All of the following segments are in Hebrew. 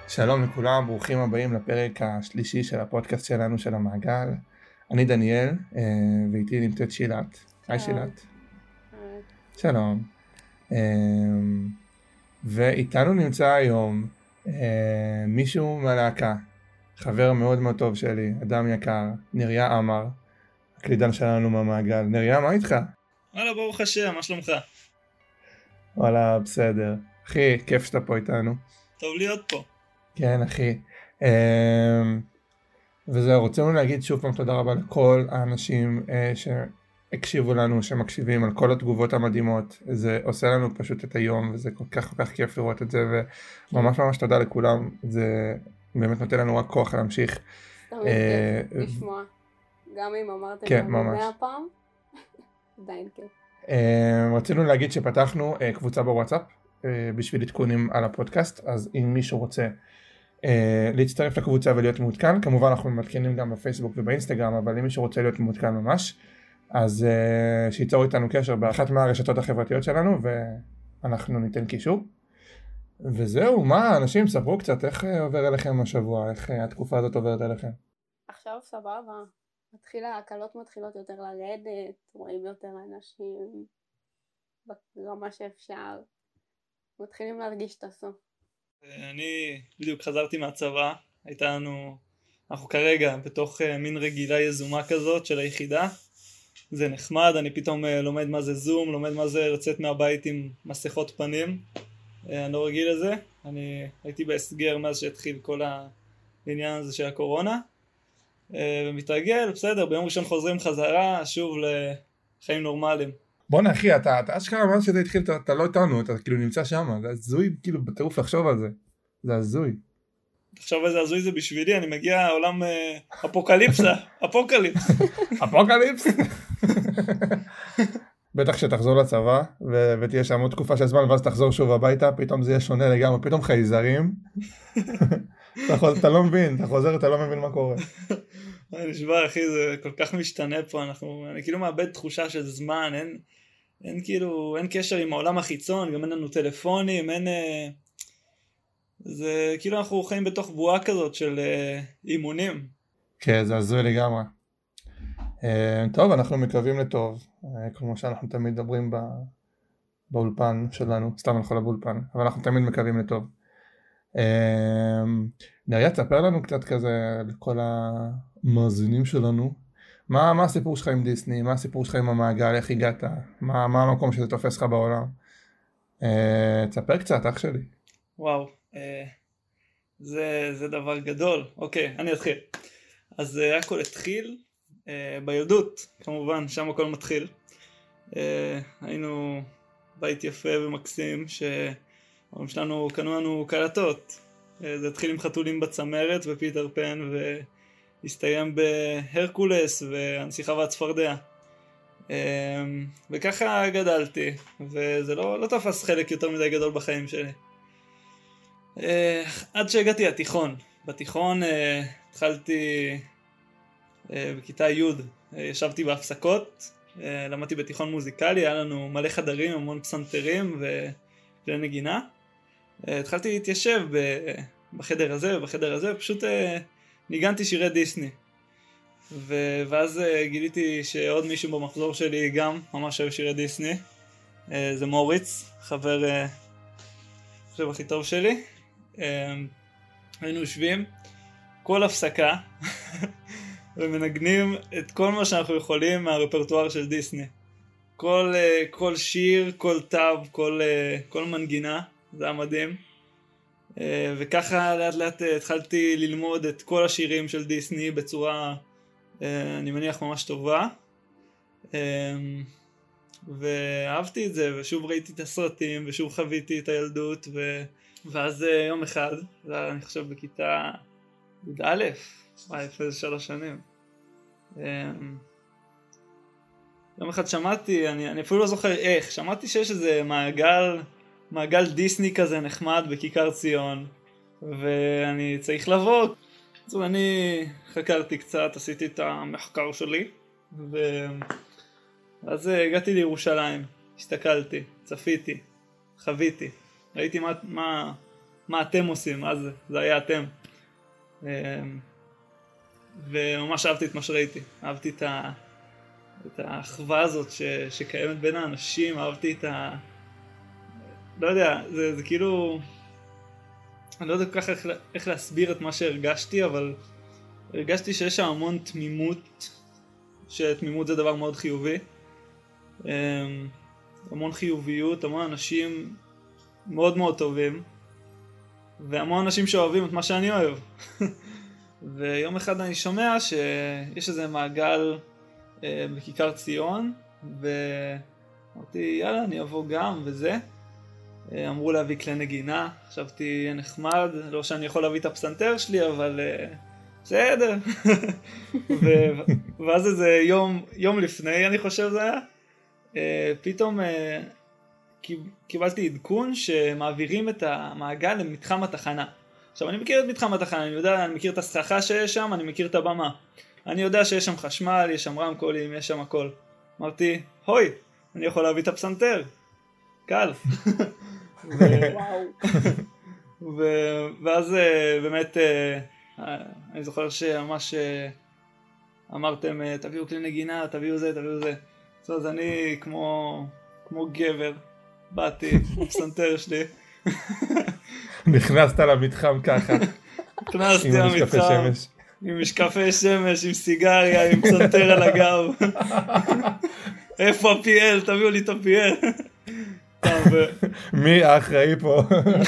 שלום לכולם, ברוכים הבאים לפרק השלישי של הפודקאסט שלנו של המעגל. אני דניאל, ואיתי נמצאת שילת. היי שילת. שלום. ואיתנו נמצא היום מישהו מהלהקה, חבר מאוד מאוד טוב שלי, אדם יקר, נריה עמר, הקלידן שלנו מהמעגל. נריה, מה איתך? וואלה, ברוך השם, מה שלומך? וואלה, בסדר. אחי, כיף שאתה פה איתנו. טוב להיות פה. כן, אחי. וזהו, רצינו להגיד שוב פעם תודה רבה לכל האנשים שהקשיבו לנו, שמקשיבים על כל התגובות המדהימות. זה עושה לנו פשוט את היום, וזה כל כך כיף לראות את זה, וממש ממש תודה לכולם. זה באמת נותן לנו רק כוח להמשיך. תמיד כיף לשמוע. גם אם אמרתם לנו 100 פעם, עדיין כיף. רצינו להגיד שפתחנו קבוצה בוואטסאפ, בשביל עדכונים על הפודקאסט, אז אם מישהו רוצה להצטרף לקבוצה ולהיות מעודכן, כמובן אנחנו מתקנים גם בפייסבוק ובאינסטגרם, אבל אם מישהו רוצה להיות מעודכן ממש, אז שיצור איתנו קשר באחת מהרשתות החברתיות שלנו, ואנחנו ניתן קישור. וזהו, מה, אנשים, ספרו קצת איך עובר אליכם השבוע, איך התקופה הזאת עוברת אליכם. עכשיו סבבה, הקלות מתחילות יותר לרדת, רואים יותר אנשים ברמה שאפשר, מתחילים להרגיש את הסוף. אני בדיוק חזרתי מהצבא, אנחנו כרגע בתוך מין רגילה יזומה כזאת של היחידה. זה נחמד, אני פתאום לומד מה זה זום, לומד מה זה לצאת מהבית עם מסכות פנים. אני לא רגיל לזה, אני הייתי בהסגר מאז שהתחיל כל העניין הזה של הקורונה. ומתרגל, בסדר, ביום ראשון חוזרים חזרה, שוב לחיים נורמליים. בוא'נה אחי, אתה אשכרה מאז שזה התחיל, אתה לא איתנו, אתה כאילו נמצא שם, זה הזוי, כאילו בטירוף לחשוב על זה, זה הזוי. תחשוב איזה הזוי זה בשבילי, אני מגיע עולם אפוקליפסה, אפוקליפס? בטח שתחזור לצבא, ותהיה שם עוד תקופה של זמן, ואז תחזור שוב הביתה, פתאום זה יהיה שונה לגמרי, פתאום חייזרים, אתה לא מבין, אתה חוזר, אתה לא מבין מה קורה. אני נשבע אחי, זה כל כך משתנה פה, אני כאילו מאבד תחושה של זמן, אין קשר עם העולם החיצון, גם אין לנו טלפונים, זה כאילו אנחנו חיים בתוך בועה כזאת של אימונים. כן, זה הזוי לגמרי. טוב, אנחנו מקווים לטוב, כמו שאנחנו תמיד מדברים באולפן שלנו, סתם אנחנו לא באולפן, אבל אנחנו תמיד מקווים לטוב. נריה, תספר לנו קצת כזה לכל המאזינים שלנו, מה הסיפור שלך עם דיסני, מה הסיפור שלך עם המעגל, איך הגעת, מה המקום שזה תופס לך בעולם. תספר קצת, אח שלי. וואו, זה דבר גדול. אוקיי, אני אתחיל. אז הכל התחיל בילדות, כמובן, שם הכל מתחיל. היינו בית יפה ומקסים, שההורים שלנו קנו לנו קלטות. זה התחיל עם חתולים בצמרת ופיטר פן, והסתיים בהרקולס והנסיכה והצפרדע. וככה גדלתי, וזה לא תפס חלק יותר מדי גדול בחיים שלי. עד שהגעתי לתיכון. בתיכון התחלתי בכיתה י', ישבתי בהפסקות, למדתי בתיכון מוזיקלי, היה לנו מלא חדרים, המון פסנתרים וכלי נגינה. התחלתי להתיישב בחדר הזה ובחדר הזה, פשוט ניגנתי שירי דיסני. ואז גיליתי שעוד מישהו במחזור שלי גם ממש אוהב שירי דיסני. זה מוריץ, חבר הכי טוב שלי. היינו יושבים כל הפסקה ומנגנים את כל מה שאנחנו יכולים מהרפרטואר של דיסני. כל שיר, כל טאב, כל מנגינה, זה היה מדהים. וככה לאט לאט התחלתי ללמוד את כל השירים של דיסני בצורה, אני מניח, ממש טובה. ואהבתי את זה, ושוב ראיתי את הסרטים, ושוב חוויתי את הילדות, ואז יום אחד, זה היה, אני חושב, בכיתה י"א, לפני 3 שנים. יום אחד שמעתי, אני אפילו לא זוכר איך, שמעתי שיש איזה מעגל דיסני כזה נחמד בכיכר ציון, ואני צריך לבוא. אז אני חקרתי קצת, עשיתי את המחקר שלי, ואז הגעתי לירושלים, הסתכלתי, צפיתי, חוויתי, ראיתי מה מה אתם עושים, אז זה היה אתם. וממש אהבתי את מה שראיתי, אהבתי את האחווה הזאת שקיימת בין האנשים, אהבתי את לא יודע, זה כאילו, אני לא יודע כל כך איך להסביר את מה שהרגשתי, אבל הרגשתי שיש שם המון תמימות, שתמימות זה דבר מאוד חיובי, המון חיוביות, המון אנשים מאוד מאוד טובים, והמון אנשים שאוהבים את מה שאני אוהב. ויום אחד אני שומע שיש איזה מעגל בכיכר ציון, ואמרתי יאללה אני אבוא גם וזה. אמרו להביא כלי נגינה, חשבתי יהיה נחמד, לא שאני יכול להביא את הפסנתר שלי, אבל בסדר. ואז איזה יום לפני אני חושב זה היה, פתאום קיבלתי עדכון שמעבירים את המעגל למתחם התחנה. עכשיו אני מכיר את מתחם התחנה, אני מכיר את הסככה שיש שם, אני מכיר את הבמה. אני יודע שיש שם חשמל, יש שם רמקולים, יש שם הכל. אמרתי, הוי, אני יכול להביא את הפסנתר. קל. ואז באמת, אני זוכר שממש אמרתם, תביאו כלי נגינה, תביאו זה, תביאו זה. אז אני כמו גבר, באתי, הפסנתר שלי. נכנסת למתחם ככה. נכנסתי למתחם. עם משקפי שמש, עם סיגריה, עם פסנתר על הגב. איפה הפיאל? תביאו לי את הפיאל. מי האחראי פה?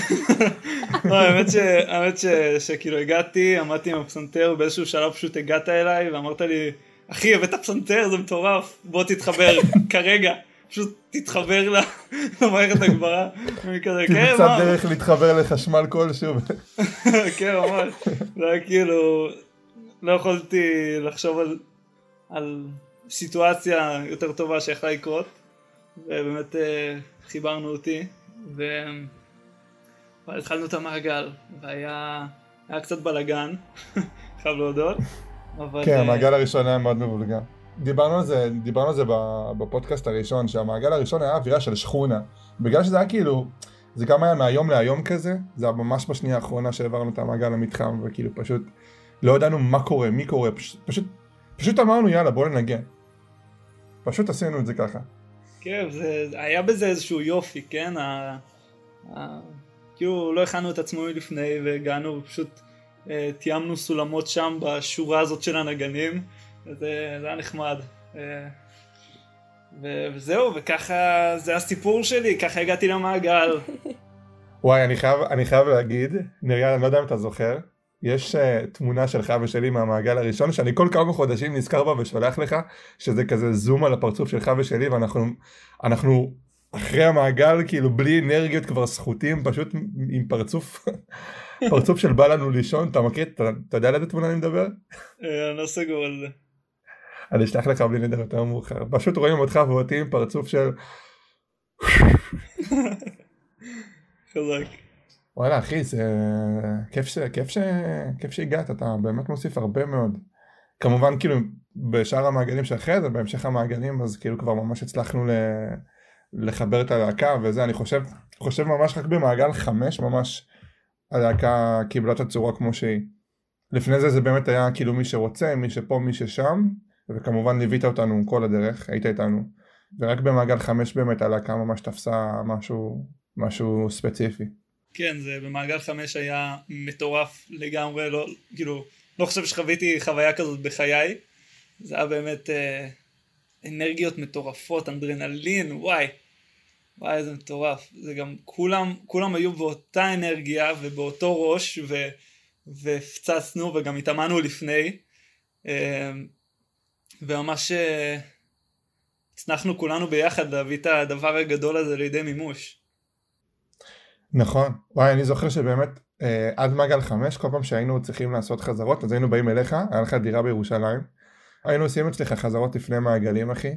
האמת שכאילו הגעתי, עמדתי עם הפסנתר, באיזשהו שלב פשוט הגעת אליי ואמרת לי, אחי הבאת הפסנתר, זה מטורף, בוא תתחבר כרגע. פשוט תתחבר למערכת הגברה. תמצא דרך להתחבר לחשמל כלשהו. כן, ממש. זה היה כאילו, לא יכולתי לחשוב על סיטואציה יותר טובה שיכולה לקרות. ובאמת חיברנו אותי. והתחלנו את המעגל. והיה קצת בלגן, חייב להודות. כן, המעגל הראשון היה מאוד מבולגן. דיברנו על זה בפודקאסט הראשון, שהמעגל הראשון היה אווירה של שכונה. בגלל שזה היה כאילו, זה גם היה מהיום להיום כזה, זה היה ממש בשנייה האחרונה שהעברנו את המעגל למתחם, וכאילו פשוט לא ידענו מה קורה, מי קורה, פשוט אמרנו יאללה בוא ננגן. פשוט עשינו את זה ככה. כן, היה בזה איזשהו יופי, כן? כאילו לא הכנו את עצמו לפני והגענו ופשוט תיאמנו סולמות שם בשורה הזאת של הנגנים. זה היה נחמד. וזהו, וככה זה הסיפור שלי, ככה הגעתי למעגל. וואי, אני חייב להגיד, נראה, אני לא יודע אם אתה זוכר, יש תמונה שלך ושלי מהמעגל הראשון, שאני כל כמה חודשים נזכר בה ושולח לך, שזה כזה זום על הפרצוף שלך ושלי, ואנחנו אחרי המעגל, כאילו בלי אנרגיות כבר סחוטים, פשוט עם פרצוף של בא לנו לישון. אתה מכיר, אתה יודע על איזה תמונה אני מדבר? אני לא סגור על זה. אני אשלח לך בלי נדר יותר מאוחר. פשוט רואים אותך ואותי עם פרצוף של... חזק. וואלה אחי, זה כיף שהגעת, אתה באמת מוסיף הרבה מאוד. כמובן כאילו בשאר המעגלים שאחרי זה, בהמשך המעגלים, אז כאילו כבר ממש הצלחנו לחבר את הלהקה וזה. אני חושב ממש רק במעגל 5 ממש הלהקה קיבלה את הצורה כמו שהיא. לפני זה באמת היה כאילו מי שרוצה, מי שפה, מי ששם, וכמובן ליווית אותנו כל הדרך, היית איתנו. ורק במעגל 5 באמת הלהקה ממש תפסה משהו ספציפי. כן, זה במעגל 5 היה מטורף לגמרי, לא חושב שחוויתי חוויה כזאת בחיי. זה היה באמת אנרגיות מטורפות, אנדרנלין, וואי, זה מטורף. זה גם כולם היו באותה אנרגיה ובאותו ראש, והפצצנו וגם התאמנו לפני, וממש הצנחנו כולנו ביחד להביא את הדבר הגדול הזה לידי מימוש. נכון, וואי, אני זוכר שבאמת עד מעגל 5 כל פעם שהיינו צריכים לעשות חזרות, אז היינו באים אליך, היה לך דירה בירושלים, היינו עושים אצלך חזרות לפני מעגלים אחי,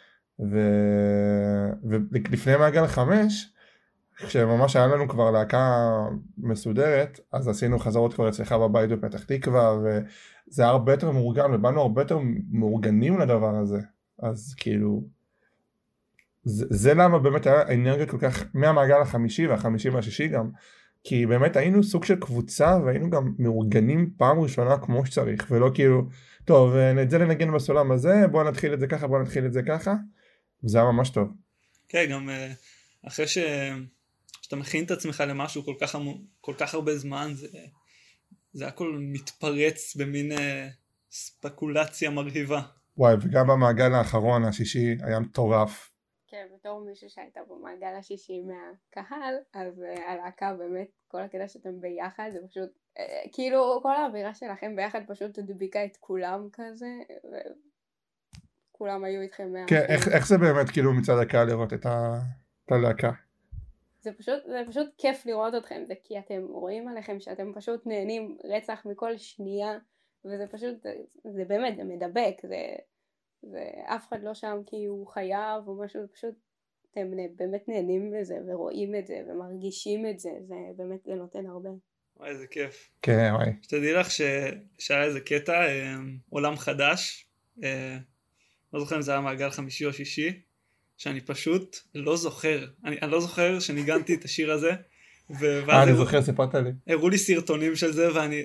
ולפני מעגל 5 כשממש היה לנו כבר להקה מסודרת, אז עשינו חזרות כבר אצלך בבית בפתח תקווה, וזה היה הרבה יותר מאורגן, ובאנו הרבה יותר מאורגנים לדבר הזה. אז כאילו, זה למה באמת היה אנרגיה כל כך, מהמעגל החמישי והחמישי והשישי גם, כי באמת היינו סוג של קבוצה והיינו גם מאורגנים פעם ראשונה כמו שצריך, ולא כאילו, טוב, את זה לנגן בסולם הזה, בוא נתחיל את זה ככה, בוא נתחיל את זה ככה, וזה היה ממש טוב. כן, גם אחרי שאתה מכין את עצמך למשהו כל כך הרבה זמן, זה הכל מתפרץ במין ספקולציה מרהיבה. וואי, וגם במעגל האחרון, השישי, היה מטורף. כן, בתור מישהו שהייתה במעגל השישי מהקהל, אז הלהקה באמת, כל הקטע שאתם ביחד, זה פשוט, כאילו כל האווירה שלכם ביחד פשוט הדביקה את כולם כזה, וכולם היו איתכם כן, איך זה באמת כאילו מצד הקהל לראות את הלהקה? זה פשוט כיף לראות אתכם, זה כי אתם רואים עליכם שאתם פשוט נהנים רצח מכל שנייה, וזה פשוט, זה באמת, זה מדבק, ואף אחד לא שם כי הוא חייב או משהו, פשוט אתם באמת נהנים מזה ורואים את זה ומרגישים את זה, זה באמת זה נותן הרבה. וואי, איזה כיף. כן, וואי. שתדעי לך שהיה איזה קטע, עולם חדש, לא זוכר אם זה היה מעגל חמישי או שישי, שאני פשוט לא זוכר, אני לא זוכר שניגנתי את השיר הזה, אני זוכר, סיפרת לי. הראו לי סרטונים של זה, ואני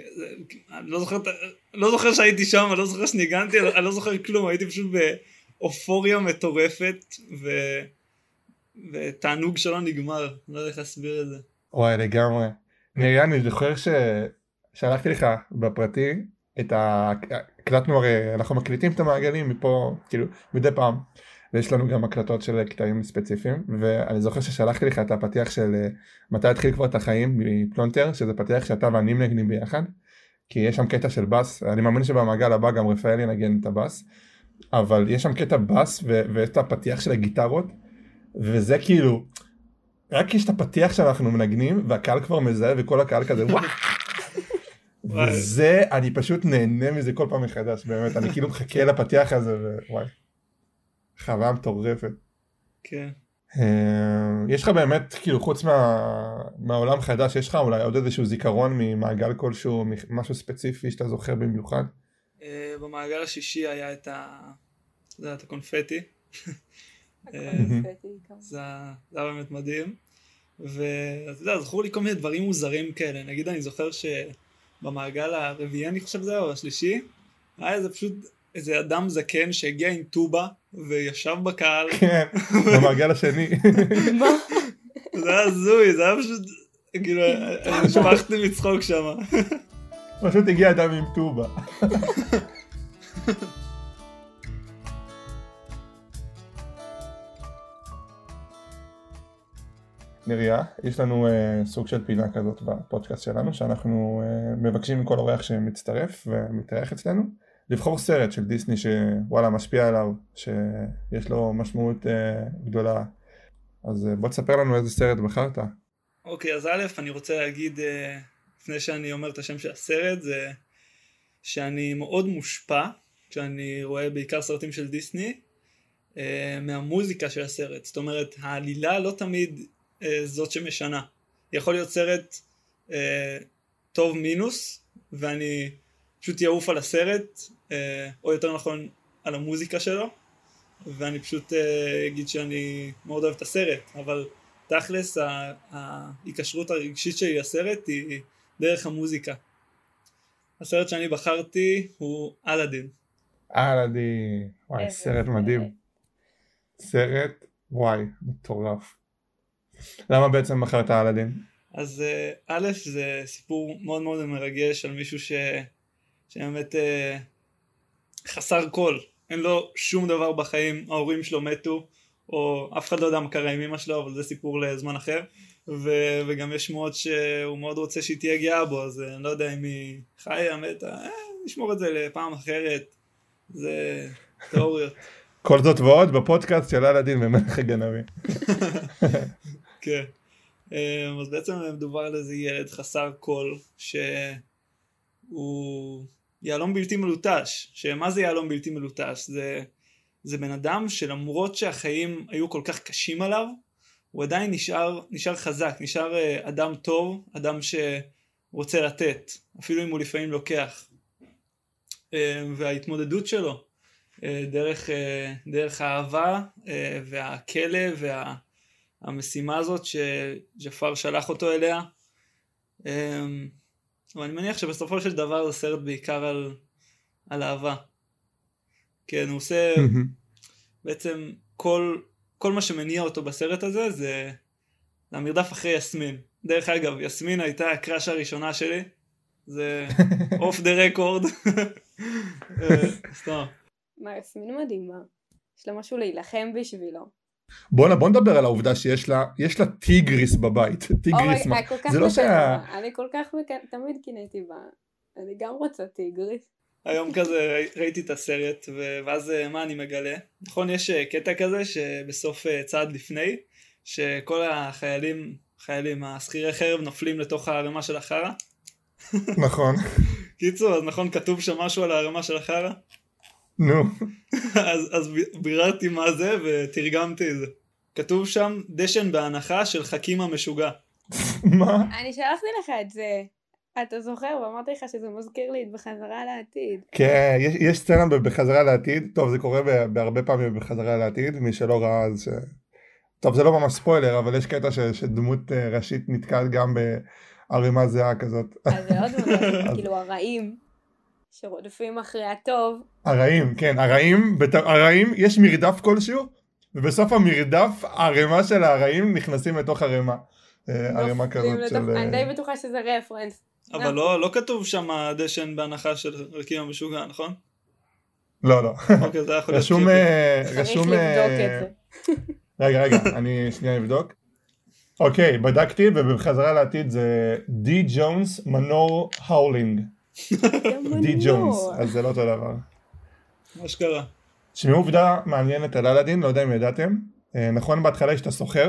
לא זוכר שהייתי שם, אני לא זוכר שניגנתי, אני לא זוכר כלום, הייתי פשוט באופוריה מטורפת, ותענוג שלא נגמר, אני לא יודע איך להסביר את זה. וואי, לגמרי. נראה, אני זוכר ששלחתי לך בפרטי, הקלטנו, הרי אנחנו מקליטים את המעגלים מפה, כאילו, מדי פעם. ויש לנו גם הקלטות של קטעים ספציפיים, ואני זוכר ששלחתי לך את הפתיח של מתי התחיל כבר את החיים מפלונטר, שזה פתיח שאתה ואני מנגנים ביחד, כי יש שם קטע של בס, אני מאמין שבמעגל הבא גם רפאל ינגן את הבס, אבל יש שם קטע בס ואת הפתיח של הגיטרות, וזה כאילו, רק יש את הפתיח שאנחנו מנגנים, והקהל כבר מזהה וכל הקהל כזה וואו, וזה, אני פשוט נהנה מזה כל פעם מחדש, באמת, אני כאילו מחכה לפתיח הזה, ווואי. חוויה מטורפת. כן. יש לך באמת, כאילו, חוץ מהעולם חדש, יש לך אולי עוד איזשהו זיכרון ממעגל כלשהו, משהו ספציפי שאתה זוכר במיוחד? במעגל השישי היה את הקונפטי. זה היה באמת מדהים. ואתה יודע, זכור לי כל מיני דברים מוזרים כאלה. נגיד, אני זוכר שבמעגל הרביעי, אני חושב זה, או השלישי, היה איזה פשוט איזה אדם זקן שהגיע עם טובה וישב בקהל. כן, במעגל השני. מה? זה היה זוי, זה היה פשוט, כאילו, שפחתי מצחוק שם. פשוט הגיע אדם עם טובה. נריה, יש לנו סוג של פינה כזאת בפודקאסט שלנו, שאנחנו מבקשים מכל אורח שמצטרף ומתארח אצלנו, לבחור סרט של דיסני שוואלה משפיע עליו, שיש לו משמעות גדולה. אז בוא תספר לנו איזה סרט בחרת. אוקיי, אז א', אני רוצה להגיד, לפני שאני אומר את השם של הסרט, זה שאני מאוד מושפע, כשאני רואה בעיקר סרטים של דיסני, מהמוזיקה של הסרט. זאת אומרת, העלילה לא תמיד זאת שמשנה. יכול להיות סרט טוב מינוס, ואני פשוט יעוף על הסרט, או יותר נכון על המוזיקה שלו, ואני פשוט אגיד שאני מאוד אוהב את הסרט, אבל תכלס ההיקשרות הרגשית שלי לסרט היא דרך המוזיקה. הסרט שאני בחרתי הוא אלאדין. אלאדין, וואי, סרט מדהים. סרט, וואי, מטורף. למה בעצם בחרת אלאדין? אז א', זה סיפור מאוד מאוד מרגש על מישהו שבאמת חסר כל, אין לו שום דבר בחיים, ההורים שלו מתו, או אף אחד לא יודע מה קרה עם אמא שלו, אבל זה סיפור לזמן אחר, וגם יש שמועות שהוא מאוד רוצה שהיא תהיה גאה בו, אז אני לא יודע אם היא חיה, מתה, נשמור את זה לפעם אחרת, זה תיאוריות. כל זאת ועוד בפודקאסט של אלאדין ומלך הגנבים. כן, אז בעצם מדובר על איזה ילד חסר כל, שהוא יעלום בלתי מלוטש. שמה זה יעלום בלתי מלוטש? זה בן אדם שלמרות שהחיים היו כל כך קשים עליו, הוא עדיין נשאר חזק, נשאר אדם טוב, אדם שרוצה לתת, אפילו אם הוא לפעמים לוקח. וההתמודדות שלו, דרך האהבה והכלא והמשימה הזאת שג'פר שלח אותו אליה, אבל אני מניח שבסופו של דבר זה סרט בעיקר על אהבה. כן, הוא עושה בעצם כל מה שמניע אותו בסרט הזה זה המרדף אחרי יסמין. דרך אגב, יסמין הייתה הקראש הראשונה שלי, זה אוף דה רקורד. סתם. מה, יסמין מדהימה. יש לה משהו להילחם בשבילו. בוא נדבר על העובדה שיש לה טיגריס בבית. טיגריס, זה לא אני כל כך תמיד קינאתי בה. אני גם רוצה טיגריס. היום כזה ראיתי את הסרט, ואז מה אני מגלה? נכון, יש קטע כזה שבסוף צעד לפני, שכל החיילים, השכירי חרב נופלים לתוך הערימה של החרה. נכון. קיצור, אז נכון, כתוב שם משהו על הערימה של החרה? נו. אז ביררתי מה זה ותרגמתי את זה. כתוב שם דשן בהנחה של חכים המשוגע. מה? אני שלחתי לך את זה. אתה זוכר ואמרתי לך שזה מזכיר לי את בחזרה לעתיד. כן, יש סצנה בחזרה לעתיד. טוב, זה קורה בהרבה פעמים בחזרה לעתיד. מי שלא ראה אז טוב, זה לא ממש ספוילר, אבל יש קטע שדמות ראשית נתקעת גם בערימה זהה כזאת. אז זה עוד דמות, כאילו הרעים שרודפים אחרי הטוב. הרעים, כן, הרעים, יש מרדף כלשהו, ובסוף המרדף, הערימה של הרעים נכנסים לתוך ערימה. ערימה כזאת של... אני די בטוחה שזה רפרנס. אבל לא כתוב שם דשן בהנחה של רקים המשוגע, נכון? לא. אוקיי, זה יכול להיות רשום... צריך לבדוק את זה. רגע, אני שנייה אבדוק. אוקיי, בדקתי, ובחזרה לעתיד זה די ג'ונס מנור האולינג. די ג'ונס, אז זה לא אותו דבר. מה שקרה? שמי עובדה מעניינת על אלאדין, לא יודע אם ידעתם. נכון, בהתחלה יש את הסוחר.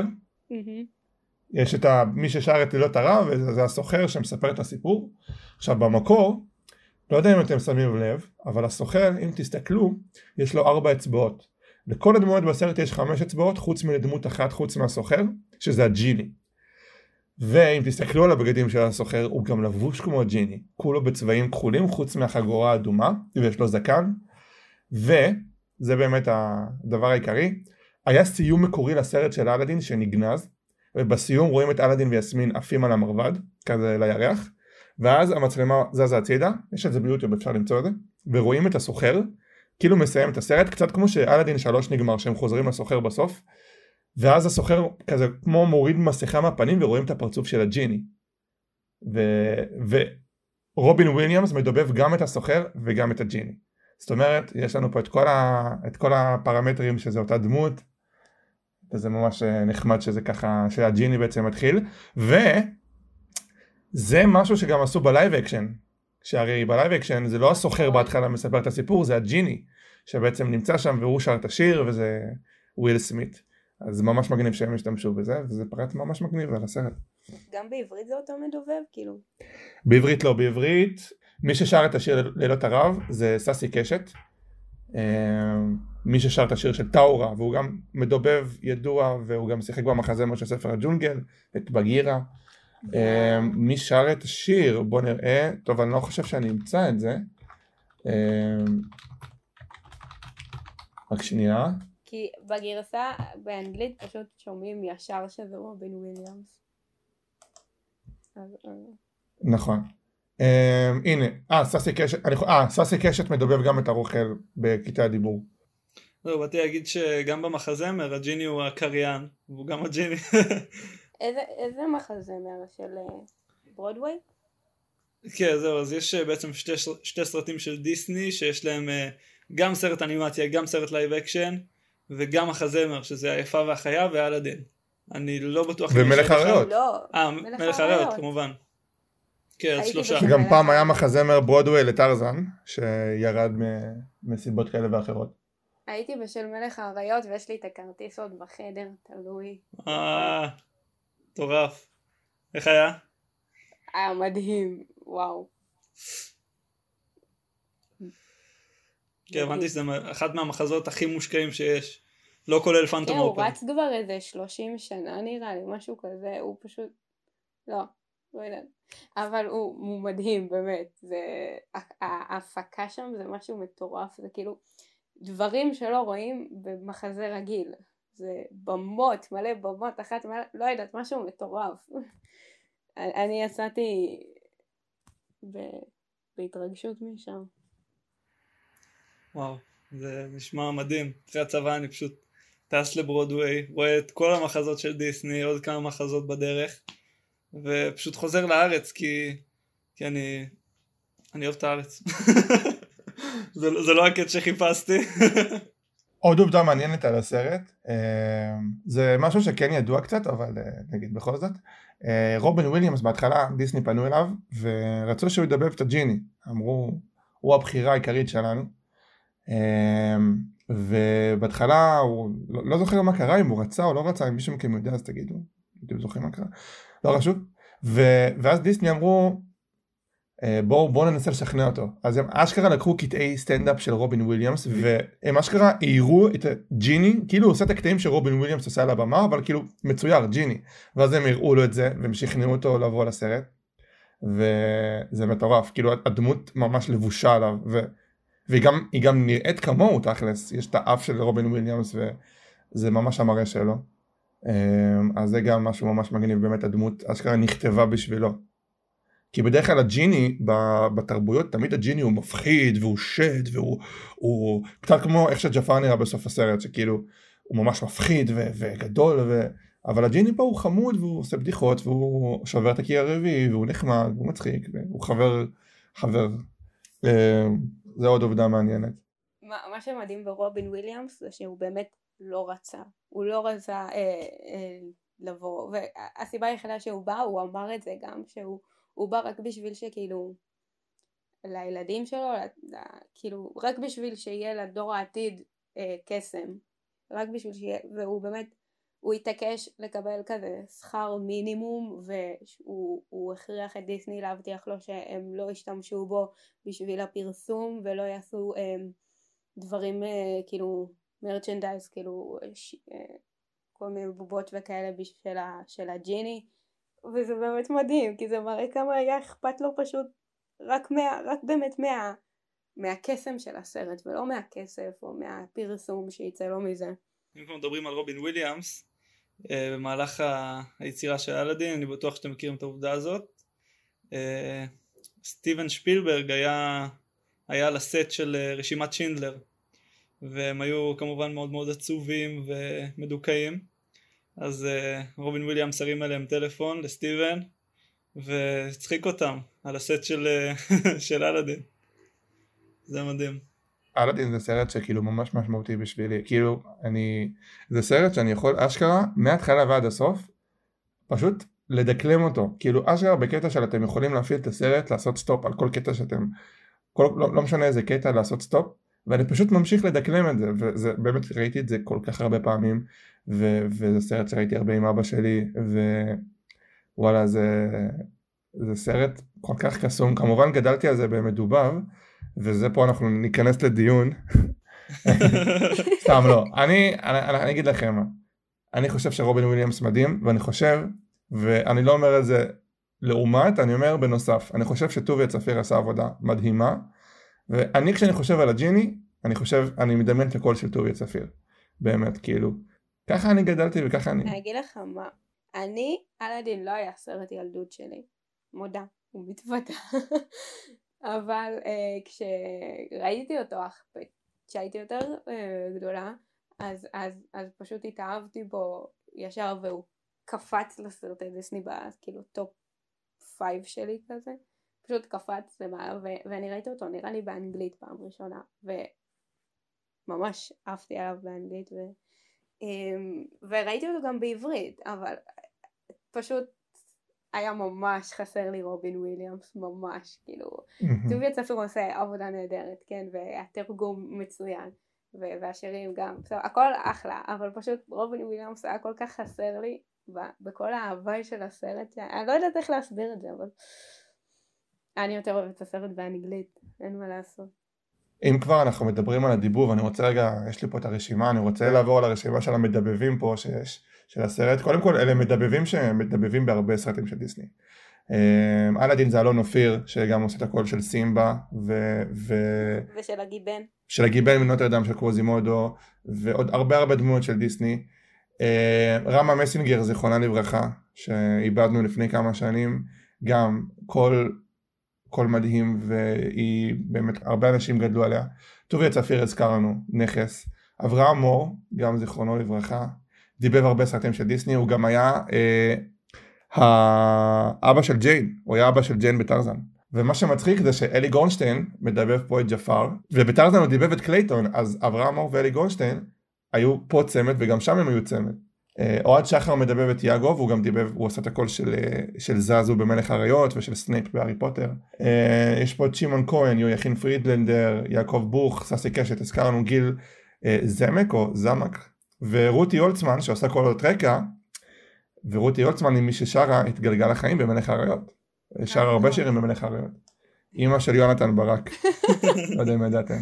יש את מי ששר את לילות הרע, וזה הסוחר שמספר את הסיפור. עכשיו, במקור, לא יודע אם אתם שמים לב, אבל הסוחר, אם תסתכלו, יש לו 4 אצבעות. לכל הדמויות בסרט יש 5 אצבעות, חוץ מדמות אחת, חוץ מהסוחר, שזה הג'יני. ואם תסתכלו על הבגדים של הסוחר, הוא גם לבוש כמו הג'יני. כולו בצבעים כחולים, חוץ מהחגורה האדומה, ויש לו זקן. וזה באמת הדבר העיקרי. היה סיום מקורי לסרט של אלאדין שנגנז, ובסיום רואים את אלאדין ויסמין עפים על המרבד, כזה לירח, ואז המצלמה זזה הצידה, יש את זה ביוטיוב, אפשר למצוא את זה, ורואים את הסוחר, כאילו מסיים את הסרט, קצת כמו שאלאדין 3 נגמר, שהם חוזרים לסוחר בסוף, ואז הסוחר כזה כמו מוריד מסכה מהפנים, ורואים את הפרצוף של הג'יני, ורובין וויליאמס מדובב גם את הסוחר, וגם את הג'יני. זאת אומרת, יש לנו פה את כל הפרמטרים שזה אותה דמות, וזה ממש נחמד שזה ככה, שהג'יני בעצם מתחיל, וזה משהו שגם עשו בלייב אקשן, שהרי בלייב אקשן זה לא הסוחר בהתחלה מספר את הסיפור, זה הג'יני, שבעצם נמצא שם והוא שר את השיר, וזה וויל סמית. אז ממש מגניב שהם השתמשו בזה, וזה פרט ממש מגניב על הסרט. גם בעברית זה אותו מדובב, כאילו? בעברית לא, בעברית, מי ששר את השיר לילות הרב זה ססי קשת, מי ששר את השיר של טאורה, והוא גם מדובב ידוע, והוא גם שיחק במחזמר של ספר הג'ונגל, את בגירה. מי שר את השיר, בוא נראה, טוב, אני לא חושב שאני אמצא את זה. רק שנייה. כי בגרסה באנגלית פשוט שומעים ישר שזה רובין וויליאמס. נכון. הנה, ססי קשת מדובב גם את הרוכל בקטעי הדיבור. לא, באתי להגיד שגם במחזמר הג'יני הוא הקריין, והוא גם הג'יני. איזה מחזמר של ברודוויי? כן, זהו, אז יש בעצם 2 סרטים של דיסני שיש להם גם סרט אנימציה, גם סרט לייב אקשן, וגם מחזמר שזה היפה והחיה ואלאדין. אני לא בטוח... ומלך האריות. מלך האריות כמובן. כן, אז 3. שגם פעם היה מחזמר ברודוויי לטרזן, שירד מסיבות כאלה ואחרות. הייתי בשל מלך האריות ויש לי את הכרטיס עוד בחדר, תלוי. טורף. איך היה? היה מדהים, וואו. כן, הבנתי שזה אחד מהמחזות הכי מושקעים שיש. לא כולל פנטום אופר. הוא רץ כבר איזה 30 שנה נראה לי, משהו כזה, הוא פשוט... לא יודעת. אבל הוא מדהים, באמת. ההפקה שם זה משהו מטורף, זה כאילו דברים שלא רואים במחזה רגיל. זה במות, מלא במות, אחת, לא יודעת, משהו מטורף. אני יצאתי בהתרגשות משם. וואו, זה נשמע מדהים. אחרי הצבא אני פשוט טס לברודווי, רואה את כל המחזות של דיסני, עוד כמה מחזות בדרך, ופשוט חוזר לארץ כי אני אוהב את הארץ. זה לא הקט שחיפשתי. עוד עובדה מעניינת על הסרט, זה משהו שכן ידוע קצת, אבל נגיד בכל זאת, רובין וויליאמס בהתחלה דיסני פנו אליו ורצו שהוא ידבב את הג'יני, אמרו הוא הבחירה העיקרית שלנו, ובהתחלה הוא לא זוכר מה קרה, אם הוא רצה או לא רצה, אם מישהו מכם יודע אז תגידו, אתם זוכרים מה קרה, לא חשוב, ואז דיסני אמרו בואו ננסה לשכנע אותו. אז הם אשכרה לקחו קטעי סטנדאפ של רובין וויליאמס, והם אשכרה העירו את הג'יני, כאילו הוא עושה את הקטעים שרובין וויליאמס עושה על הבמה, אבל כאילו מצויר, ג'יני. ואז הם הראו לו את זה, והם שכנעו אותו לבוא לסרט, וזה מטורף, כאילו הדמות ממש לבושה עליו, והיא גם נראית כמוהו תכלס, יש את האף של רובין וויליאמס, וזה ממש המראה שלו. אז זה גם משהו ממש מגניב, באמת הדמות אשכרה נכתבה בשבילו. כי בדרך כלל הג'יני בתרבויות, תמיד הג'יני הוא מפחיד והוא שד והוא קצת כמו איך שג'פר נראה בסוף הסרט, שכאילו הוא ממש מפחיד וגדול, אבל הג'יני פה הוא חמוד והוא עושה בדיחות והוא שובר את הקיר הרביעי והוא נחמד והוא מצחיק והוא חבר. זה עוד עובדה מעניינת. מה שמדהים ברובין וויליאמס זה שהוא באמת לא רצה, הוא לא רצה לבוא, והסיבה היחידה שהוא בא, הוא אמר את זה גם, שהוא בא רק בשביל שכאילו לילדים שלו, כאילו רק בשביל שיהיה לדור העתיד קסם, רק בשביל שיהיה, והוא באמת, הוא התעקש לקבל כזה שכר מינימום, והוא הכריח את דיסני להבטיח לו שהם לא ישתמשו בו בשביל הפרסום, ולא יעשו דברים כאילו מרצ'נדייז, כאילו כל מיני בובות וכאלה של הג'יני, וזה באמת מדהים, כי זה מראה כמה היה אכפת לו פשוט רק באמת מהקסם של הסרט, ולא מהכסף או מהפרסום שיצא לו מזה. אם כבר מדברים על רובין וויליאמס, במהלך היצירה של אלאדין, אני בטוח שאתם מכירים את העובדה הזאת, סטיבן שפילברג היה על הסט של רשימת שינדלר, והם היו כמובן מאוד מאוד עצובים ומדוכאים, אז רובין וויליאמס הרים עליהם טלפון לסטיבן והצחיק אותם על הסט של אלאדין. זה מדהים. אלאדין זה סרט שכאילו ממש משמעותי בשבילי, כאילו זה סרט שאני יכול אשכרה מההתחלה ועד הסוף פשוט לדקלם אותו, כאילו אשכרה בקטע של אתם יכולים להפעיל את הסרט, לעשות סטופ על כל קטע שאתם, לא משנה איזה קטע, לעשות סטופ, ואני פשוט ממשיך לדקלם את זה, וזה באמת ראיתי את זה כל כך הרבה פעמים, וזה סרט שראיתי הרבה עם אבא שלי, ווואלה זה סרט כל כך קסום, כמובן גדלתי על זה במדובב, וזה פה אנחנו ניכנס לדיון, סתם לא, אני אגיד לכם, אני חושב שרובין וויליאמס מדהים, ואני לא אומר את זה לעומת, אני אומר בנוסף, אני חושב שטוביה צפיר עשה עבודה מדהימה, ואני כשאני חושב על הג'יני, אני מדמיין את הקול של טוביה צפיר, באמת כאילו, ככה אני גדלתי וככה אני אגיד לך מה, אלאדין לא היה סרט ילדות שלי, מודה, הוא מתוודה, אבל כשראיתי אותו כשהייתי יותר גדולה, אז פשוט התאהבתי בו ישר, והוא קפץ לסרטי דיסני כאילו טופ 5 שלי כזה, פשוט קפץ למעלה, ואני ראיתי אותו נראה לי באנגלית פעם ראשונה, וממש אהבתי עליו באנגלית, וראיתי אותו גם בעברית, אבל פשוט היה ממש חסר לי רובין וויליאמס, ממש, כאילו, טוביה צפיר עושה עבודה נהדרת, כן, והתרגום מצוין, והשירים גם, הכל אחלה, אבל פשוט רובין וויליאמס היה כל כך חסר לי, בכל ההוואי של הסרט, אני לא יודעת איך להסביר את זה, אבל אני יותר אוהבת את הסרט באנגלית, אין מה לעשות. אם כבר אנחנו מדברים על הדיבוב, אני רוצה רגע, יש לי פה את הרשימה, אני רוצה לעבור על הרשימה של המדבבים פה שיש, של הסרט. קודם כל, אלה מדבבים שמדבבים בהרבה סרטים של דיסני. אלאדין זה אלון אופיר, שגם עושה את הקול של סימבה, ושל הגיבן. של הגיבן מנוטרדם של קווזימודו, ועוד הרבה דמויות של דיסני. רמה מסינגר, זיכרונה לברכה, שאיבדנו לפני כמה שנים, גם קול מדהים, והיא באמת, הרבה אנשים גדלו עליה. טוביה צפיר הזכרנו, נכס. אברהם מור, גם זיכרונו לברכה, דיבב הרבה סרטים של דיסני, הוא גם היה האבא של ג'יין, הוא היה אבא של ג'יין בטרזן. ומה שמצחיק זה שאלי גורנשטיין מדבב פה את ג'פר, ובטרזן הוא דיבב את קלייטון, אז אברהם מור ואלי גורנשטיין היו פה צמד, וגם שם הם היו צמד. אוהד שחר מדבב את יאגו, והוא גם דיבב, הוא עושה את הקול של זזו במלך האריות, ושל סנייפ בהארי פוטר. יש פה את שמעון כהן, יויכין פרידלנדר, יעקב בוך, ססי קשת, הזכרנו גיל זמק או זמק, ורותי הולצמן שעושה קולות רקע, ורותי הולצמן היא מי ששרה את גלגל החיים במלך האריות. שרה הרבה שירים במלך האריות. אמא של יונתן ברק. לא יודע אם ידעתם.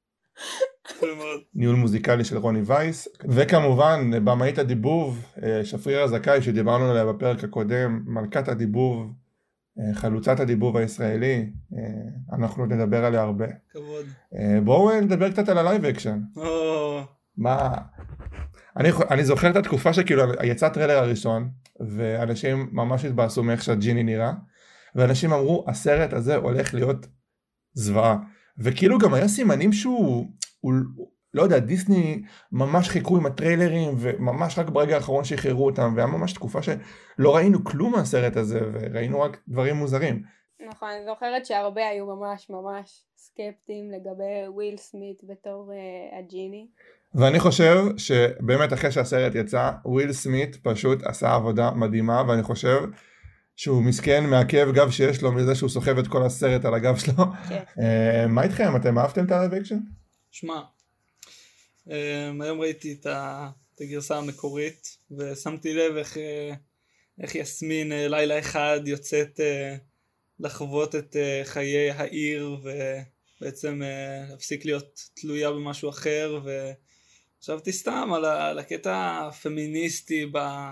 ניהול מוזיקלי של רוני וייס. וכמובן, במאית הדיבוב, שפרירה זכאי שדיברנו עליה בפרק הקודם, מלכת הדיבוב, חלוצת הדיבוב הישראלי. אנחנו נדבר עליה הרבה. כבוד. בואו נדבר קצת על הלייב אקשן. מה... אני זוכר את התקופה שכאילו יצא טריילר הראשון, ואנשים ממש התבאסו מאיך שהג'יני נראה, ואנשים אמרו, הסרט הזה הולך להיות זוועה. וכאילו גם היה סימנים שהוא, לא יודע, דיסני ממש חיכו עם הטריילרים, וממש רק ברגע האחרון שחררו אותם, והיה ממש תקופה שלא ראינו כלום מהסרט הזה, וראינו רק דברים מוזרים. נכון, אני זוכרת שהרבה היו ממש סקפטיים לגבי וויל סמית בתור הג'יני. ואני חושב שבאמת אחרי שהסרט יצא, וויל סמית פשוט עשה עבודה מדהימה, ואני חושב שהוא מסכן מהכאב גב שיש לו מזה שהוא סוחב את כל הסרט על הגב שלו. מה איתכם? אתם אהבתם את הלייב אקשן? שמע, היום ראיתי את הגרסה המקורית, ושמתי לב איך יסמין לילה אחד יוצאת לחוות את חיי העיר, ובעצם להפסיק להיות תלויה במשהו אחר, וחשבתי סתם על הקטע הפמיניסטי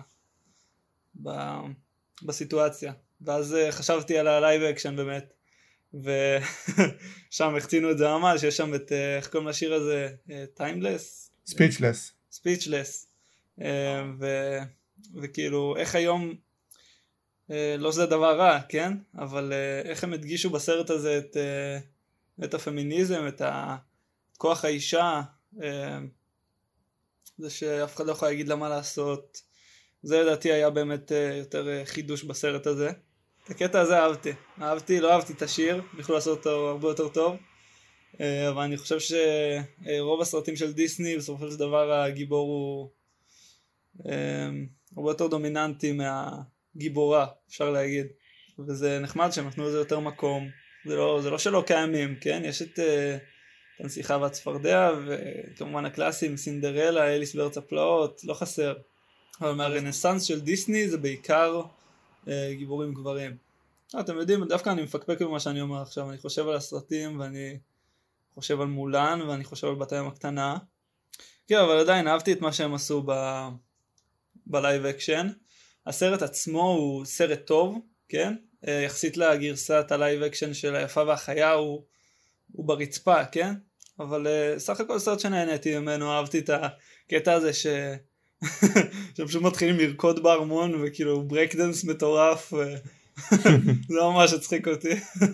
בסיטואציה, ואז חשבתי על הלייב אקשן באמת, ושם החצינו את זה ממש, יש שם את, איך קוראים לשיר הזה? טיימלס? ספיצ'לס. וכאילו, איך היום, לא זה דבר רע, כן? אבל איך הם הדגישו בסרט הזה את הפמיניזם, את כוח האישה, זה שאף אחד לא יכול להגיד לה מה לעשות. זה לדעתי היה באמת יותר חידוש בסרט הזה. את הקטע הזה אהבתי, לא אהבתי את השיר, יכלו לעשות אותו הרבה יותר טוב, אבל אני חושב שרוב הסרטים של דיסני, בסופו של דבר הגיבור הוא הרבה יותר דומיננטי מהגיבורה, אפשר להגיד, וזה נחמד שהם נתנו לזה יותר מקום. זה לא שלא קיימים, כן? יש את הנסיכה והצפרדע, וכמובן הקלאסים, סינדרלה, אליס בארץ הפלאות, לא חסר. אבל מהרנסנס של דיסני זה בעיקר גיבורים גברים. אתם יודעים, דווקא אני מפקפק במה שאני אומר עכשיו, אני חושב על הסרטים, ואני חושב על מולן, ואני חושב על בת הים הקטנה. כן, אבל עדיין אהבתי את מה שהם עשו בלייב אקשן. הסרט עצמו הוא סרט טוב, כן? יחסית לגרסת הלייב אקשן של היפה והחיה, הוא ברצפה, כן? אבל סך הכל סרט שנהניתי ממנו, אהבתי את הקטע הזה שפשוט מתחילים לרקוד בארמון, וכאילו ברייקדנס מטורף, זה ממש הצחיק אותי.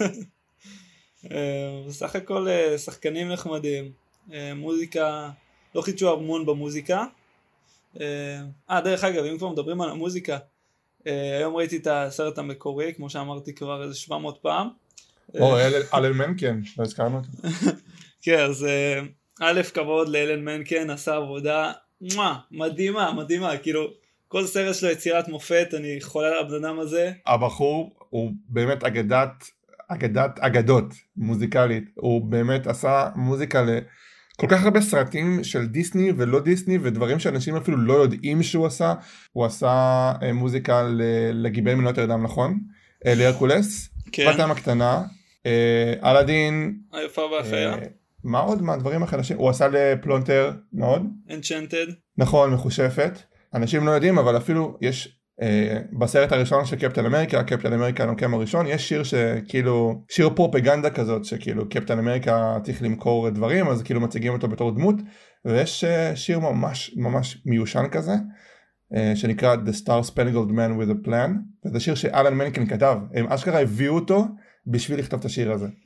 בסך הכל שחקנים נחמדים, מוזיקה, לא חידשו המון במוזיקה. דרך אגב, אם כבר מדברים על המוזיקה, היום ראיתי את הסרט המקורי, כמו שאמרתי כבר איזה 700 פעם. אלן מנקן, לא הזכרנו אותו. כן, אז א' כבוד לאלן מנקן, עשה עבודה מדהימה, כאילו כל סרט שלו יצירת מופת, אני חולה על הבן אדם הזה. הבחור הוא באמת אגדות מוזיקלית, הוא באמת עשה מוזיקה לכל כך הרבה סרטים של דיסני ולא דיסני, ודברים שאנשים אפילו לא יודעים שהוא עשה. הוא עשה מוזיקה לגיבורי מלונות ירדם, נכון? להרקולס, בת הים הקטנה, אלאדין, היפה והחיה. מה עוד מהדברים החדשים? הוא עשה לפלונטר מאוד. Enchanted. נכון, מחושפת. אנשים לא יודעים, אבל אפילו יש בסרט הראשון של קפטן אמריקה, קפטן אמריקה הנוקם הראשון, יש שיר שכאילו, שיר פרופגנדה כזאת, שכאילו קפטן אמריקה צריך למכור דברים, אז כאילו מציגים אותו בתור דמות, ויש שיר ממש מיושן כזה, שנקרא The Star Spangled Man with a Plan, וזה שיר שאלן מנקן כתב, הם אשכרה הביאו אותו בשביל לכתוב את השיר הזה.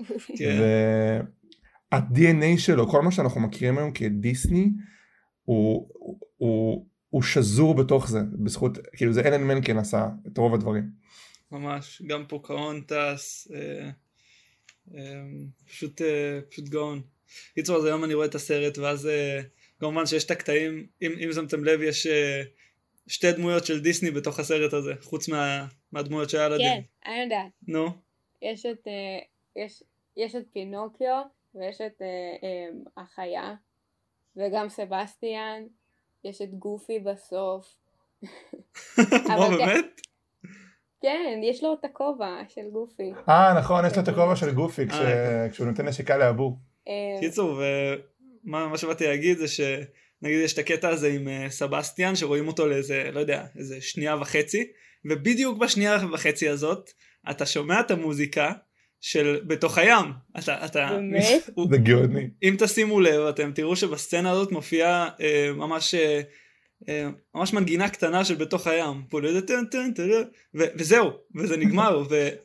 וה-DNA שלו, כל מה שאנחנו מכירים היום כדיסני, הוא שזור בתוך זה, בזכות, כאילו זה אלן מנקן עשה את רוב הדברים. ממש, גם פוקהונטס, פשוט גאון. קיצור, אז היום אני רואה את הסרט, ואז כמובן שיש את הקטעים, אם שמתם לב, יש שתי דמויות של דיסני בתוך הסרט הזה, חוץ מהדמויות שהיה לדין. כן, אני יודעת. נו. יש את פינוקיו, ויש את החיה, וגם סבסטיאן, יש את גופי בסוף. מה, באמת? כן, יש לו את הכובע של גופי. נכון, יש לו את הכובע של גופי, כשהוא נותן נשיקה לאבור. קיצור, ומה שבאתי להגיד זה שנגיד יש את הקטע הזה עם סבסטיאן, שרואים אותו לאיזה, לא יודע, איזה 1.5 שנייה, ובדיוק ב1.5 שנייה הזאת, אתה שומע את המוזיקה של בתוך הים. באמת? זה גאוני. אם תשימו לב, אתם תראו שבסצנה הזאת מופיעה ממש מנגינה קטנה של בתוך הים. וזהו, וזה נגמר.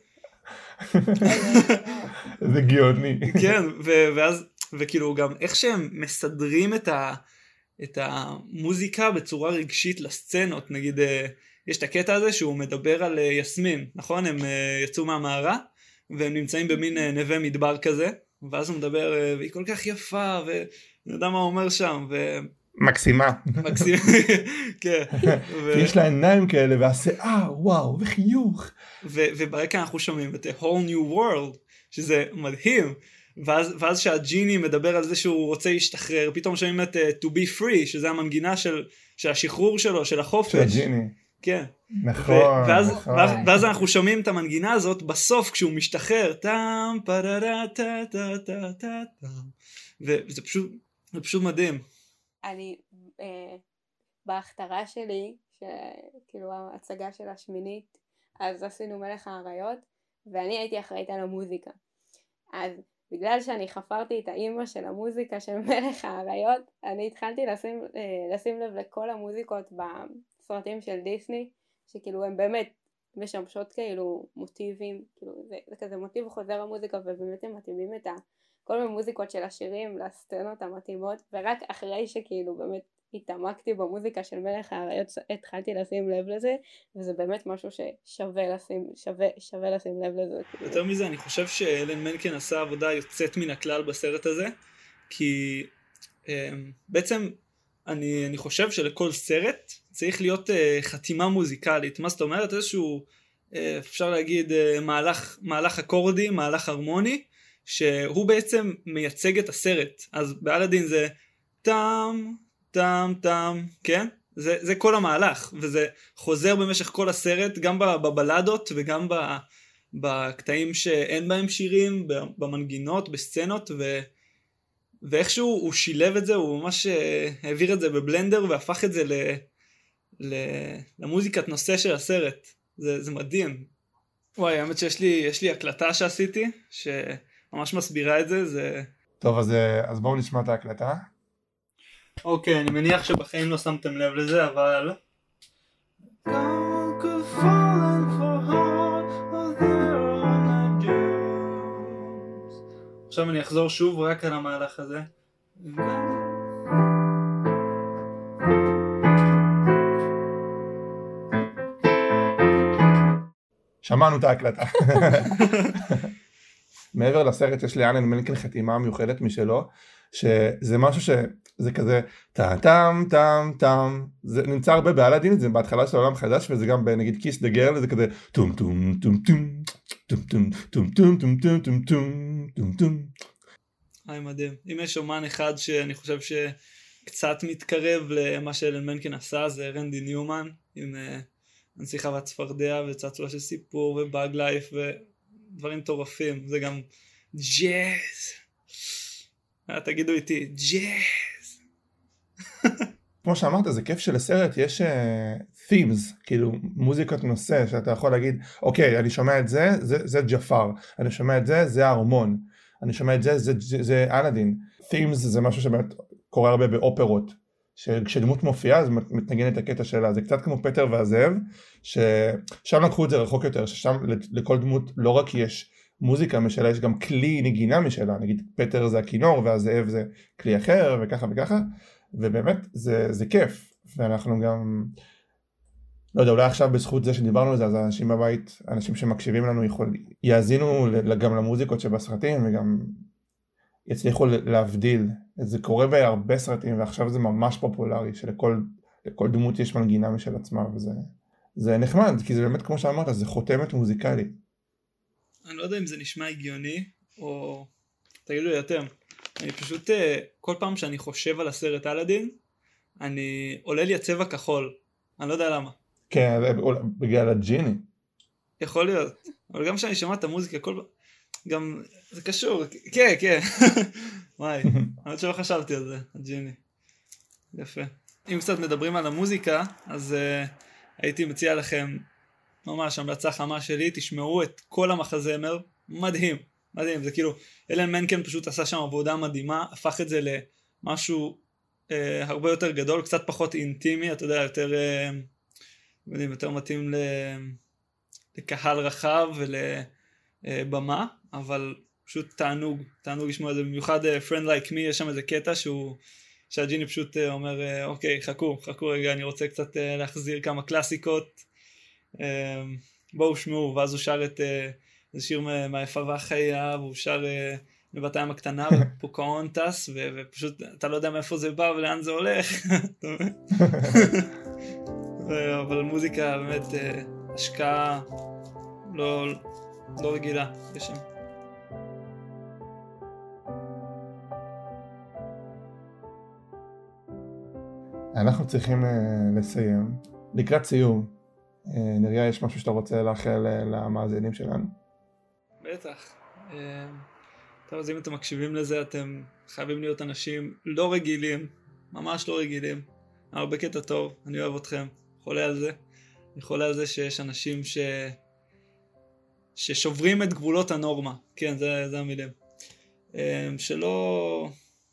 זה גאוני. כן, וכאילו גם איך שהם מסדרים את המוזיקה בצורה רגשית לסצנות. נגיד, יש את הקטע הזה שהוא מדבר על יסמין, נכון? הם יצאו מהמערה, והם נמצאים במין נווה מדבר כזה, ואז הוא מדבר, והיא כל כך יפה, ואני יודע מה הוא אומר שם, מקסימה. מקסימה, כן. יש לה עיניים כאלה, והשיער, וואו, וחיוך. וברקע אנחנו שומעים את whole new world, שזה מדהים, ואז שהג'יני מדבר על זה שהוא רוצה להשתחרר, פתאום שומעים את to be free, שזה המנגינה של השחרור שלו, של החופש. של הג'יני. כן. נכון. ואז אנחנו שומעים את המנגינה הזאת בסוף כשהוא משתחרר, טאם פררה טה טה טה טה טה, וזה פשוט מדהים. אני בהכתרה שלי, כאילו ההצגה של השמינית, אז עשינו מלך האריות, ואני הייתי אחראית על המוזיקה. אז בגלל שאני חפרתי את האימא של המוזיקה של מלך האריות, אני התחלתי לשים לב לכל המוזיקות בסרטים של דיסני, שכאילו הם באמת משמשות כאילו מוטיבים, כאילו זה כזה מוטיב חוזר המוזיקה, ובאמת הם מתאימים את כל מיני מוזיקות של השירים לסצנות המתאימות, ורק אחרי שכאילו באמת התעמקתי במוזיקה של מלך האריות, התחלתי לשים לב לזה, וזה באמת משהו ששווה לשים לב לזה. יותר מזה, אני חושב שאלן מנקן עשה עבודה יוצאת מן הכלל בסרט הזה, כי בעצם אני חושב שלכל סרט צריך להיות חתימה מוזיקלית. מה זאת אומרת? איזשהו, אפשר להגיד, מהלך אקורדי, מהלך הרמוני, שהוא בעצם מייצג את הסרט. אז באלאדין זה טאם, טאם, טאם, כן? זה כל המהלך, וזה חוזר במשך כל הסרט, גם בבלדות וגם בקטעים שאין בהם שירים, במנגינות, בסצנות, ואיכשהו הוא שילב את זה, הוא ממש העביר את זה בבלנדר והפך את זה למוזיקת נושא של הסרט. זה מדהים. וואי, האמת שיש לי הקלטה שעשיתי, שממש מסבירה את זה. טוב, אז בואו נשמע את ההקלטה. אוקיי, אני מניח שבחיים לא שמתם לב לזה, אבל... עכשיו אני אחזור שוב רק על המהלך הזה. שמענו את ההקלטה. מעבר לסרט יש לאלן מנקן חתימה מיוחדת משלו, שזה משהו שזה כזה טאם טאם טאם, זה נמצא הרבה באלאדין, זה בהתחלה של העולם חדש, וזה גם בנגיד קיס דה גרל, זה כזה טום טום טום טום טום טום טום טום טום טום טום טום טום טום. היי, מדהים. אם יש אומן אחד שאני חושב שקצת מתקרב למה שאלן מנקן עשה, זה רנדי ניומן, עם הנסיכה והצפרדע וצעצוע של סיפור ובאג לייף ודברים טורפים. זה גם ג'אז. תגידו איתי, ג'אז. כמו שאמרת, זה כיף שלסרט יש themes, כאילו מוזיקות נושא, שאתה יכול להגיד, אוקיי, אני שומע את זה, זה ג'פר, אני שומע את זה, זה הארמון, אני שומע את זה, זה אלאדין. themes זה משהו שבאמת קורה הרבה באופרות, שכשדמות מופיעה אז מתנגן את הקטע שלה, זה קצת כמו פטר והזאב, ששם לקחו את זה רחוק יותר, ששם לכל דמות לא רק יש מוזיקה משלה, יש גם כלי נגינה משלה, נגיד פטר זה הכינור והזאב זה כלי אחר וככה וככה, ובאמת זה כיף, ואנחנו גם, לא יודע, אולי עכשיו בזכות זה שדיברנו על זה, אז האנשים בבית, אנשים שמקשיבים לנו יאזינו גם למוזיקות שבסרטים, וגם יצליחו להבדיל. זה קורה בהרבה סרטים, ועכשיו זה ממש פופולרי, שלכל דמות יש מנגינה משל עצמה, וזה נחמד, כי זה באמת כמו שאמרת, זה חותמת מוזיקלית. אני לא יודע אם זה נשמע הגיוני, או תגידו לי אתם, אני פשוט, כל פעם שאני חושב על הסרט אלאדין, עולה לי הצבע כחול, אני לא יודע למה. כן, בגלל הג'יני. יכול להיות, אבל גם כשאני שומע את המוזיקה, גם זה קשור, כן, כן. וואי, אני שלא חשבתי על זה, הג'יני. יפה. אם קצת מדברים על המוזיקה, אז הייתי מציע לכם, ממש המלצה חמה שלי, תשמעו את כל המחזמר, מדהים, מדהים, זה כאילו, אלן מנקן פשוט עשה שם עבודה מדהימה, הפך את זה למשהו הרבה יותר גדול, קצת פחות אינטימי, אתה יודע, יותר מתאים לקהל רחב ולבמה, אבל פשוט תענוג לשמוע את זה, במיוחד Friend Like Me, יש שם איזה קטע שהג'יני פשוט אומר, אוקיי, חכו רגע, אני רוצה קצת להחזיר כמה קלאסיקות, בואו שמעו, ואז הוא שר את איזה שיר מהיפה והחיה, והוא שר בבת הים הקטנה ופוקהונטס, ופשוט אתה לא יודע מאיפה זה בא ולאן זה הולך, אבל מוזיקה באמת השקעה לא רגילה יש שם. אנחנו צריכים לסיים. לקראת סיום, נראה יש משהו שאתה רוצה לאחל למאזינים שלנו? בטח. טוב, אז אם אתם מקשיבים לזה, אתם חייבים להיות אנשים לא רגילים, ממש לא רגילים. הרבה קטע טוב, אני אוהב אתכם, חולה על זה. אני חולה על זה שיש אנשים ששוברים את גבולות הנורמה. כן, זה המילים. שלא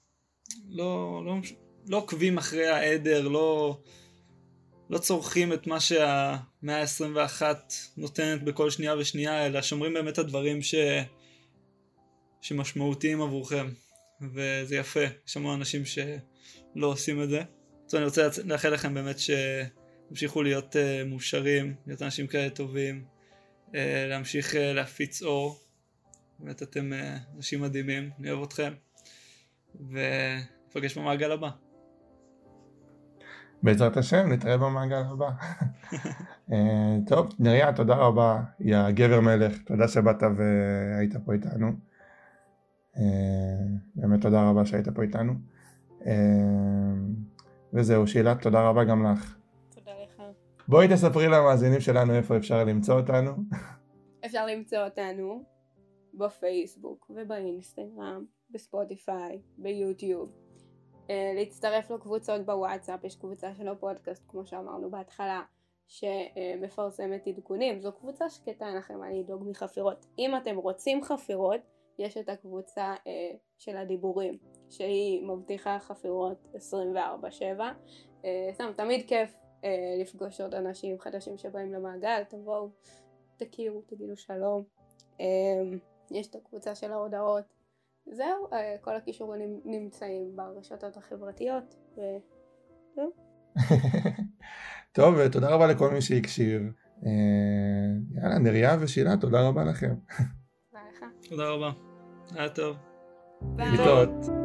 לא עוקבים אחרי העדר, לא צורכים את מה שהמאה ה-21 נותנת בכל שנייה ושנייה, אלא שומרים באמת הדברים שמשמעותיים עבורכם, וזה יפה. יש המון אנשים שלא עושים את זה. אז אני רוצה לאחל לכם באמת שתמשיכו להיות מאושרים, להיות אנשים כאלה טובים, להמשיך להפיץ אור. באמת אתם אנשים מדהימים, אני אוהב אתכם, ונפגש במעגל הבא. בעזרת השם, נתראה במעגל הבא. טוב, נריה, תודה רבה, יא גבר מלך, תודה שבאת והיית פה איתנו. באמת תודה רבה שהיית פה איתנו. וזהו, שאלה, תודה רבה גם לך. תודה לך. בואי תספרי למאזינים שלנו איפה אפשר למצוא אותנו. אפשר למצוא אותנו בפייסבוק ובאינסטגרם, בספוטיפיי, ביוטיוב. להצטרף לקבוצות בוואטסאפ, יש קבוצה של הפודקאסט כמו שאמרנו בהתחלה שמפרסמת עדכונים, זו קבוצה שקטה, אין לכם מה לדאוג מחפירות. אם אתם רוצים חפירות, יש את הקבוצה של הדיבורים שהיא מבטיחה חפירות 24/7. תמיד כיף לפגוש עוד אנשים חדשים שבאים למעגל, תבואו, תכירו, תגידו שלום. יש את הקבוצה של ההודעות. זהו, כל הקישורים נמצאים ברשתות החברתיות, וזהו. טוב, תודה רבה לכל מי שהקשיב. יאללה, נריה ושילה, תודה רבה לכם. תודה לך. תודה רבה, היה טוב. ביי. להתראות.